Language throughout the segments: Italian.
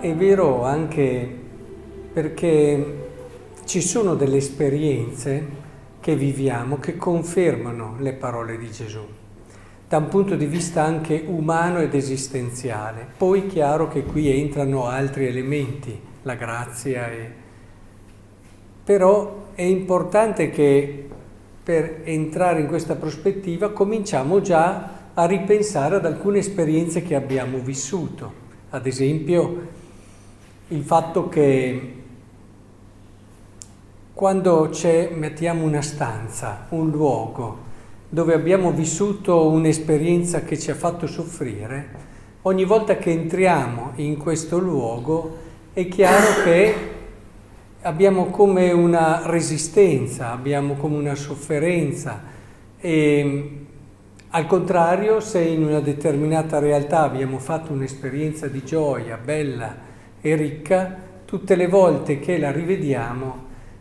è vero anche perché ci sono delle esperienze che viviamo che confermano le parole di Gesù, da un punto di vista anche umano ed esistenziale. Poi chiaro che qui entrano altri elementi, la grazia, però è importante che per entrare in questa prospettiva cominciamo già a ripensare ad alcune esperienze che abbiamo vissuto. Ad esempio, il fatto che quando mettiamo una stanza, un luogo, dove abbiamo vissuto un'esperienza che ci ha fatto soffrire, ogni volta che entriamo in questo luogo è chiaro che abbiamo come una resistenza, abbiamo come una sofferenza e al contrario, se in una determinata realtà abbiamo fatto un'esperienza di gioia bella e ricca, tutte le volte che la rivediamo,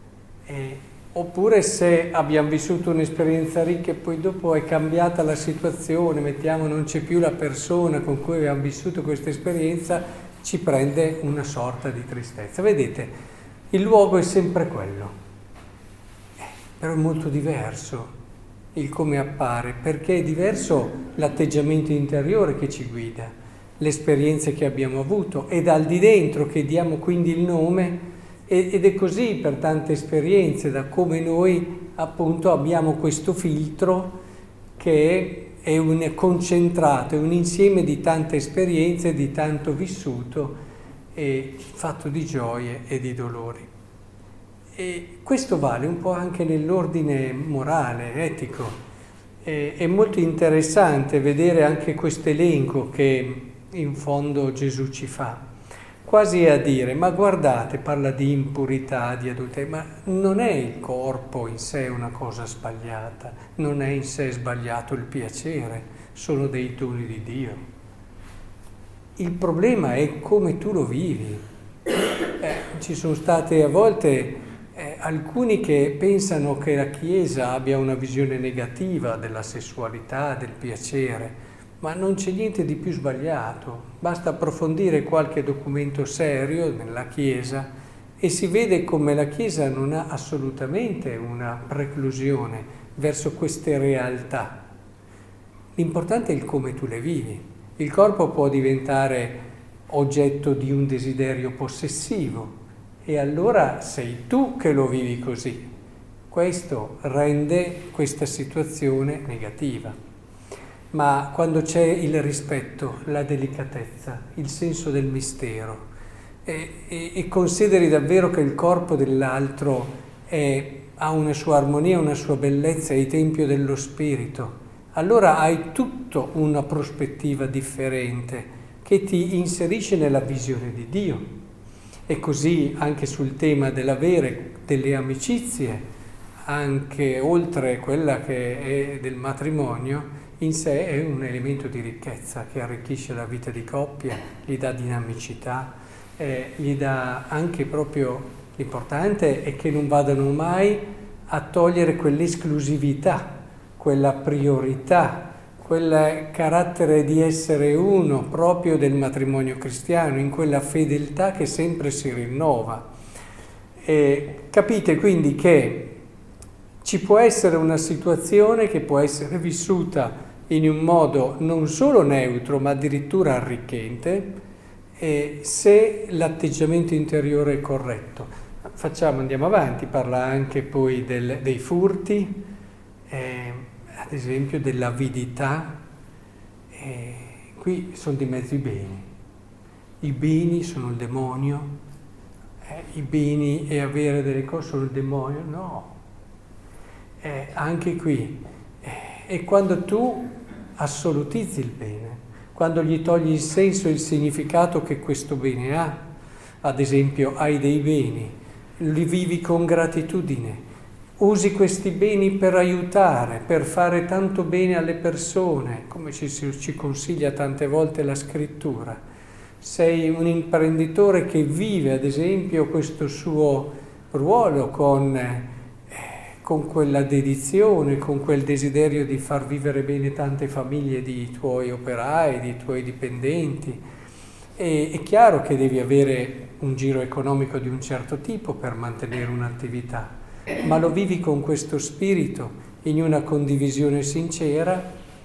oppure se abbiamo vissuto un'esperienza ricca e poi dopo è cambiata la situazione, non c'è più la persona con cui abbiamo vissuto questa esperienza, ci prende una sorta di tristezza. Vedete, il luogo è sempre quello, però è molto diverso il come appare, perché è diverso l'atteggiamento interiore che ci guida, le esperienze che abbiamo avuto, è dal di dentro che diamo quindi il nome, ed è così per tante esperienze, da come noi appunto abbiamo questo filtro che è un concentrato, è un insieme di tante esperienze, di tanto vissuto, fatto di gioie e di dolori. E questo vale un po' anche nell'ordine morale, etico. È molto interessante vedere anche questo elenco che in fondo Gesù ci fa, quasi a dire, ma guardate, parla di impurità, di adulterio, ma non è il corpo in sé una cosa sbagliata, non è in sé sbagliato il piacere, sono dei doni di Dio. Il problema è come tu lo vivi. Ci sono state a volte alcuni che pensano che la Chiesa abbia una visione negativa della sessualità, del piacere, ma non c'è niente di più sbagliato. Basta approfondire qualche documento serio nella Chiesa e si vede come la Chiesa non ha assolutamente una preclusione verso queste realtà. L'importante è il come tu le vivi. Il corpo può diventare oggetto di un desiderio possessivo, e allora sei tu che lo vivi così. Questo rende questa situazione negativa. Ma quando c'è il rispetto, la delicatezza, il senso del mistero, e consideri davvero che il corpo dell'altro ha una sua armonia, una sua bellezza, è il tempio dello spirito, allora hai tutta una prospettiva differente che ti inserisce nella visione di Dio. E così anche sul tema dell'avere delle amicizie, anche oltre quella che è del matrimonio, in sé è un elemento di ricchezza che arricchisce la vita di coppia, gli dà dinamicità, gli dà anche proprio, l'importante è che non vadano mai a togliere quell'esclusività, quella priorità, quel carattere di essere uno proprio del matrimonio cristiano, in quella fedeltà che sempre si rinnova. E capite quindi che ci può essere una situazione che può essere vissuta in un modo non solo neutro, ma addirittura arricchente, se l'atteggiamento interiore è corretto. Andiamo avanti, parla anche poi dei furti, ad esempio dell'avidità, qui sono di mezzo i beni. I beni sono il demonio, i beni e avere delle cose sono il demonio, no. Anche qui, è quando tu assolutizzi il bene, quando gli togli il senso e il significato che questo bene ha. Ad esempio, hai dei beni, li vivi con gratitudine, usi questi beni per aiutare, per fare tanto bene alle persone, come ci consiglia tante volte la scrittura. Sei un imprenditore che vive, ad esempio, questo suo ruolo con quella dedizione, con quel desiderio di far vivere bene tante famiglie di tuoi operai, di tuoi dipendenti. E è chiaro che devi avere un giro economico di un certo tipo per mantenere un'attività, ma lo vivi con questo spirito, in una condivisione sincera.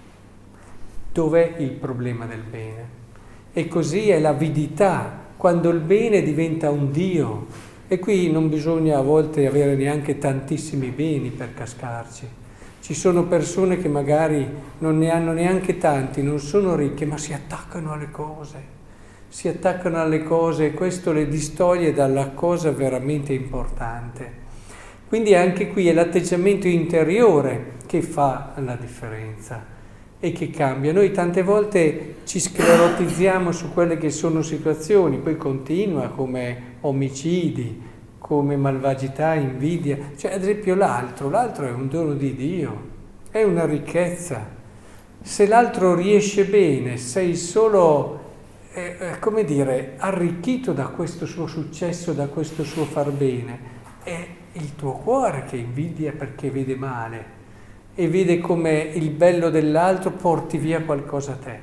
Dov'è il problema del bene? E così è l'avidità, quando il bene diventa un Dio. E qui non bisogna a volte avere neanche tantissimi beni per cascarci. Ci sono persone che magari non ne hanno neanche tanti, non sono ricche, ma si attaccano alle cose. Si attaccano alle cose e questo le distoglie dalla cosa veramente importante. Quindi anche qui è l'atteggiamento interiore che fa la differenza e che cambia. Noi tante volte ci sclerotizziamo su quelle che sono situazioni, poi continua come omicidi, come malvagità, invidia. Cioè, ad esempio l'altro è un dono di Dio, è una ricchezza. Se l'altro riesce bene, sei solo, come dire, arricchito da questo suo successo, da questo suo far bene. È il tuo cuore che invidia perché vede male e vede come il bello dell'altro porti via qualcosa a te.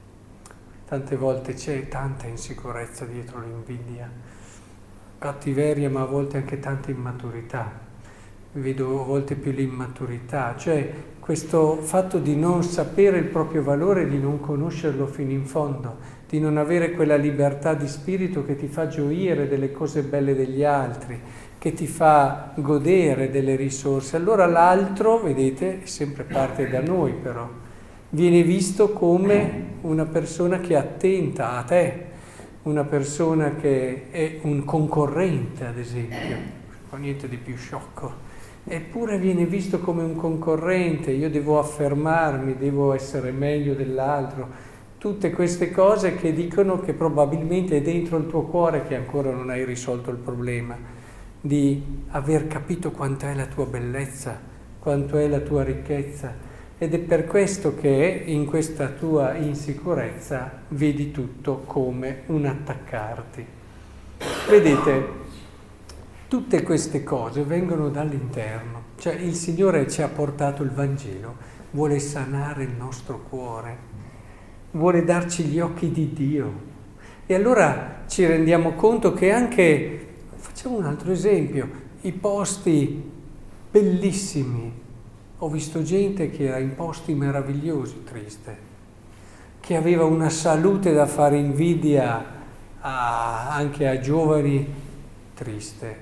Tante volte c'è tanta insicurezza dietro l'invidia, cattiveria, ma a volte anche tanta immaturità. Vedo a volte più l'immaturità, cioè questo fatto di non sapere il proprio valore, di non conoscerlo fino in fondo, di non avere quella libertà di spirito che ti fa gioire delle cose belle degli altri, che ti fa godere delle risorse. Allora l'altro, vedete, è sempre parte da noi però, viene visto come una persona che è attenta a te, una persona che è un concorrente, ad esempio, non fa niente di più sciocco, eppure viene visto come un concorrente, io devo affermarmi, devo essere meglio dell'altro, tutte queste cose che dicono che probabilmente è dentro il tuo cuore che ancora non hai risolto il problema di aver capito quanto è la tua bellezza, quanto è la tua ricchezza, ed è per questo che in questa tua insicurezza vedi tutto come un attaccarti. Vedete, tutte queste cose vengono dall'interno, cioè il Signore ci ha portato il Vangelo, vuole sanare il nostro cuore, vuole darci gli occhi di Dio. E allora ci rendiamo conto che anche, facciamo un altro esempio, i posti bellissimi. Ho visto gente che era in posti meravigliosi, triste, che aveva una salute da fare invidia anche a giovani, triste.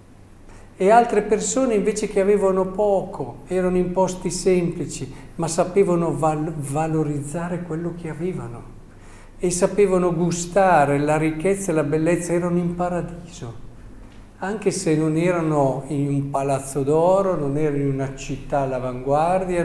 E altre persone invece che avevano poco, erano in posti semplici, ma sapevano valorizzare quello che avevano e sapevano gustare la ricchezza e la bellezza, erano in paradiso. Anche se non erano in un palazzo d'oro, non erano in una città all'avanguardia,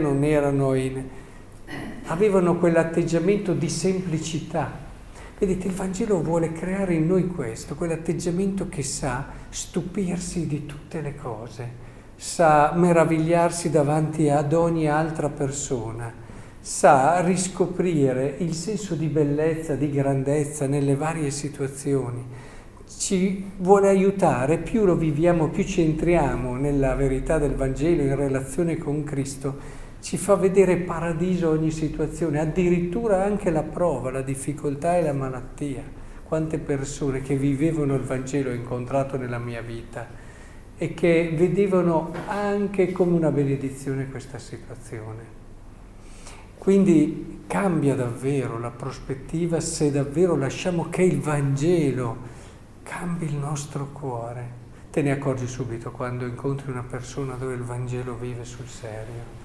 avevano quell'atteggiamento di semplicità. Vedete, il Vangelo vuole creare in noi questo, quell'atteggiamento che sa stupirsi di tutte le cose, sa meravigliarsi davanti ad ogni altra persona, sa riscoprire il senso di bellezza, di grandezza nelle varie situazioni. Ci vuole aiutare, più lo viviamo, più ci entriamo nella verità del Vangelo in relazione con Cristo, ci fa vedere paradiso ogni situazione, addirittura anche la prova, la difficoltà e la malattia. Quante persone che vivevano il Vangelo ho incontrato nella mia vita e che vedevano anche come una benedizione questa situazione. Quindi cambia davvero la prospettiva se davvero lasciamo che il Vangelo cambi il nostro cuore. Te ne accorgi subito quando incontri una persona dove il Vangelo vive sul serio.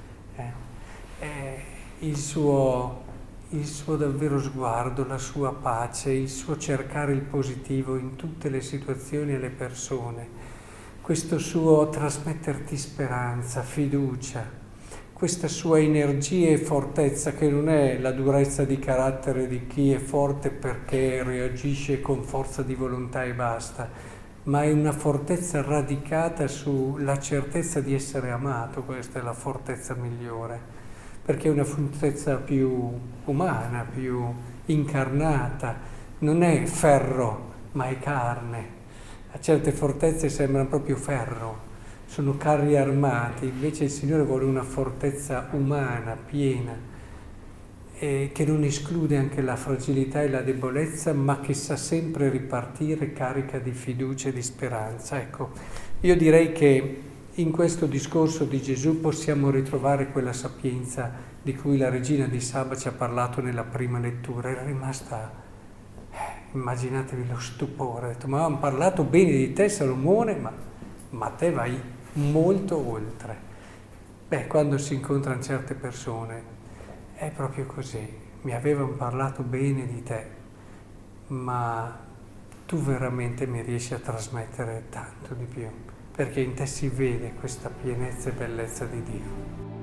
Il suo davvero sguardo, la sua pace, il suo cercare il positivo in tutte le situazioni e le persone, questo suo trasmetterti speranza, fiducia, questa sua energia e fortezza che non è la durezza di carattere di chi è forte perché reagisce con forza di volontà e basta, ma è una fortezza radicata sulla certezza di essere amato. Questa è la fortezza migliore, perché è una fortezza più umana, più incarnata, non è ferro, ma è carne. A certe fortezze sembrano proprio ferro, sono carri armati, invece il Signore vuole una fortezza umana, piena. che non esclude anche la fragilità e la debolezza, ma che sa sempre ripartire carica di fiducia e di speranza. Ecco, io direi che in questo discorso di Gesù possiamo ritrovare quella sapienza di cui la regina di Saba ci ha parlato nella prima lettura. Era rimasta, immaginatevi lo stupore, ha detto, ma hanno parlato bene di te Salomone, ma te vai molto oltre. Beh, quando si incontrano certe persone è proprio così, mi avevano parlato bene di te, ma tu veramente mi riesci a trasmettere tanto di più, perché in te si vede questa pienezza e bellezza di Dio.